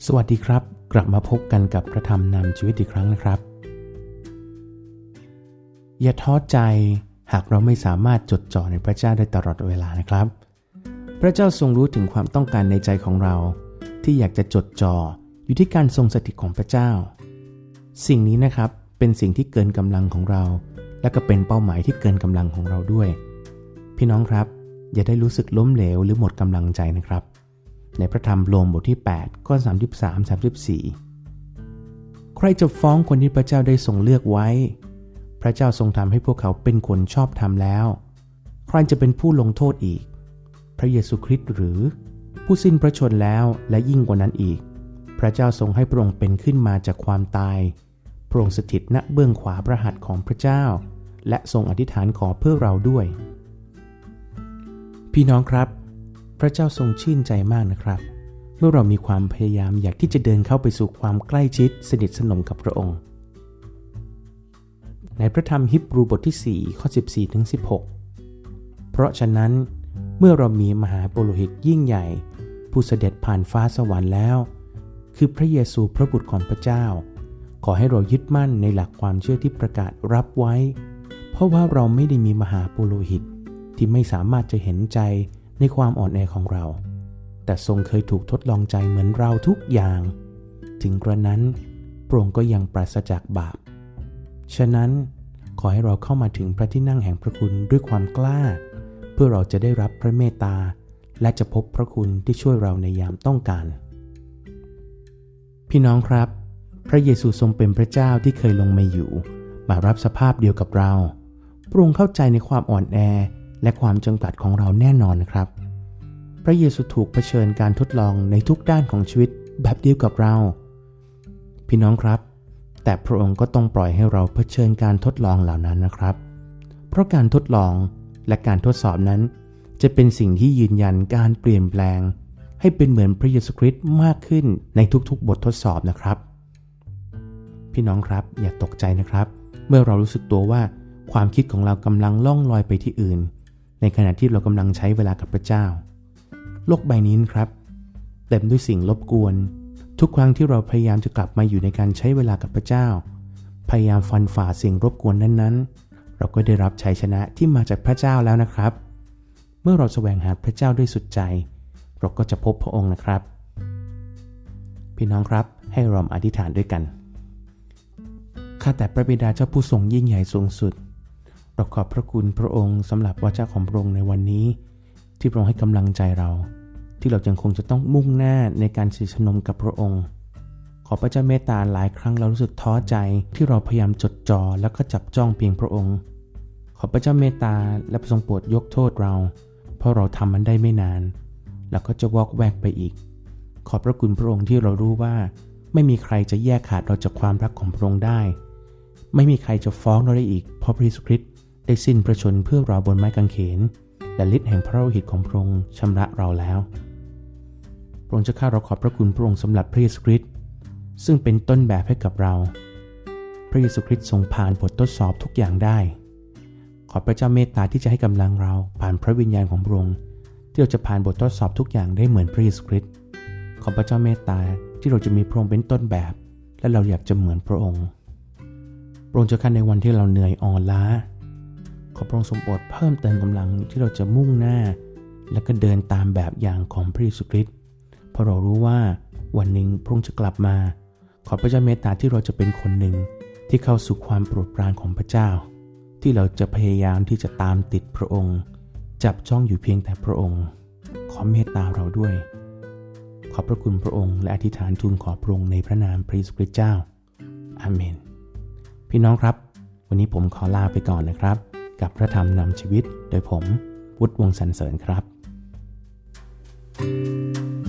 สวัสดีครับกลับมาพบกันกับพระธรรมนำชีวิตอีกครั้งนะครับอย่าท้อใจหากเราไม่สามารถจดจ่อในพระเจ้าได้ตลอดเวลานะครับพระเจ้าทรงรู้ถึงความต้องการในใจของเราที่อยากจะจดจ่ออยู่ที่การทรงสถิตของพระเจ้าสิ่งนี้นะครับเป็นสิ่งที่เกินกำลังของเราและก็เป็นเป้าหมายที่เกินกำลังของเราด้วยพี่น้องครับอย่าได้รู้สึกล้มเหลวหรือหมดกำลังใจนะครับในพระธรรมโรมบทที่8ข้อ33-34ใครจะฟ้องคนที่พระเจ้าได้ทรงเลือกไว้พระเจ้าทรงทำให้พวกเขาเป็นคนชอบธรรมแล้วใครจะเป็นผู้ลงโทษอีกพระเยซูคริสต์หรือผู้สิ้นพระชนม์แล้วและยิ่งกว่านั้นอีกพระเจ้าทรงให้พระองค์เป็นขึ้นมาจากความตายพระองค์สถิตณเบื้องขวาพระหัตถ์ของพระเจ้าและทรงอธิษฐานขอเพื่อเราด้วยพี่น้องครับพระเจ้าทรงชื่นใจมากนะครับเมื่อเรามีความพยายามอยากที่จะเดินเข้าไปสู่ความใกล้ชิดสนิทสนมกับพระองค์ในพระธรรมฮีบรูบทที่4ข้อ14-16เพราะฉะนั้นเมื่อเรามีมหาปุโรหิตยิ่งใหญ่ผู้เสด็จผ่านฟ้าสวรรค์แล้วคือพระเยซูพระบุตรของพระเจ้าขอให้เรายึดมั่นในหลักความเชื่อที่ประกาศรับไว้เพราะว่าเราไม่ได้มีมหาปุโรหิตที่ไม่สามารถจะเห็นใจในความอ่อนแอของเราแต่ทรงเคยถูกทดลองใจเหมือนเราทุกอย่างถึงกระนั้นพระองค์ก็ยังปราศจากบาปฉะนั้นขอให้เราเข้ามาถึงพระที่นั่งแห่งพระคุณด้วยความกล้าเพื่อเราจะได้รับพระเมตตาและจะพบพระคุณที่ช่วยเราในยามต้องการพี่น้องครับพระเยซูทรงเป็นพระเจ้าที่เคยลงมาอยู่มารับสภาพเดียวกับเราพระองค์เข้าใจในความอ่อนแอและความจำกัดของเราแน่นอนนะครับพระเยซูถูกเผชิญการทดลองในทุกด้านของชีวิตแบบเดียวกับเราพี่น้องครับแต่พระองค์ก็ต้องปล่อยให้เราเผชิญการทดลองเหล่านั้นนะครับเพราะการทดลองและการทดสอบนั้นจะเป็นสิ่งที่ยืนยันการเปลี่ยนแปลงให้เป็นเหมือนพระเยซูคริสต์มากขึ้นในทุกๆบททดสอบนะครับพี่น้องครับอย่าตกใจนะครับเมื่อเรารู้สึกตัวว่าความคิดของเรากำลังล่องลอยไปที่อื่นในขณะที่เรากำลังใช้เวลากับพระเจ้าโลกใบนี้ครับเต็มด้วยสิ่งรบกวนทุกครั้งที่เราพยายามจะกลับมาอยู่ในการใช้เวลากับพระเจ้าพยายามฟันฝ่าสิ่งรบกวนนั้นๆเราก็ได้รับชัยชนะที่มาจากพระเจ้าแล้วนะครับเมื่อเราแสวงหาพระเจ้าด้วยสุดใจเราก็จะพบพระองค์นะครับพี่น้องครับให้เราอธิษฐานด้วยกันข้าแต่พระบิดาเจ้าผู้ทรงยิ่งใหญ่สูงสุดเราขอบพระคุณพระองค์สำหรับวาจาของพระองค์ในวันนี้ที่พระองค์ให้กำลังใจเราที่เรายังคงจะต้องมุ่งหน้าในการสนิทสนมกับพระองค์ขอพระเจ้าเมตตาหลายครั้งเรารู้สึกท้อใจที่เราพยายามจดจ่อแล้วก็จับจ้องเพียงพระองค์ขอพระเจ้าเมตตาและทรงโปรดยกโทษเราเพราะเราทำมันได้ไม่นานแล้วก็จะวอกแวกไปอีกขอบพระคุณพระองค์ที่เรารู้ว่าไม่มีใครจะแยกขาดเราจากความรักของพระองค์ได้ไม่มีใครจะฟ้องเราได้อีกเพราะพระเยซูคริสต์ได้สิ้นพระชนม์เพื่อเราบนไม้กางเขนและฤทธิ์แห่งพระโลหิตของพระองค์ชำระเราแล้วพระองค์เจ้าข้าเราขอบพระคุณพระองค์สำหรับพระเยซูคริสต์ซึ่งเป็นต้นแบบให้กับเราพระเยซูคริสต์ทรงผ่านบททดสอบทุกอย่างได้ขอพระเจ้าเมตตาที่จะให้กำลังเราผ่านพระวิญญาณของพระองค์ที่เราจะผ่านบททดสอบทุกอย่างได้เหมือนพระเยซูคริสต์ขอพระเจ้าเมตตาที่เราจะมีพระองค์เป็นต้นแบบและเราอยากจะเหมือนพระองค์พระองค์เจ้าข้าในวันที่เราเหนื่อยอ่อนล้าขอพระองค์ทรงโปรดเพิ่มเติมกำลังที่เราจะมุ่งหน้าและก็เดินตามแบบอย่างของพระเยซูคริสต์เพราะเรารู้ว่าวันหนึ่งพระองค์จะกลับมาขอพระเจ้าเมตตาที่เราจะเป็นคนหนึ่งที่เข้าสู่ความโปรดปรานของพระเจ้าที่เราจะพยายามที่จะตามติดพระองค์จับจ้องอยู่เพียงแต่พระองค์ขอเมตตาเราด้วยขอบพระคุณพระองค์และอธิษฐานทูลขอพระองค์ในพระนามพระเยซูคริสต์เจ้าอาเมนพี่น้องครับวันนี้ผมขอลาไปก่อนนะครับกับพระธรรมนำชีวิตโดยผมวุฒิวงศ์สรรเสริญครับ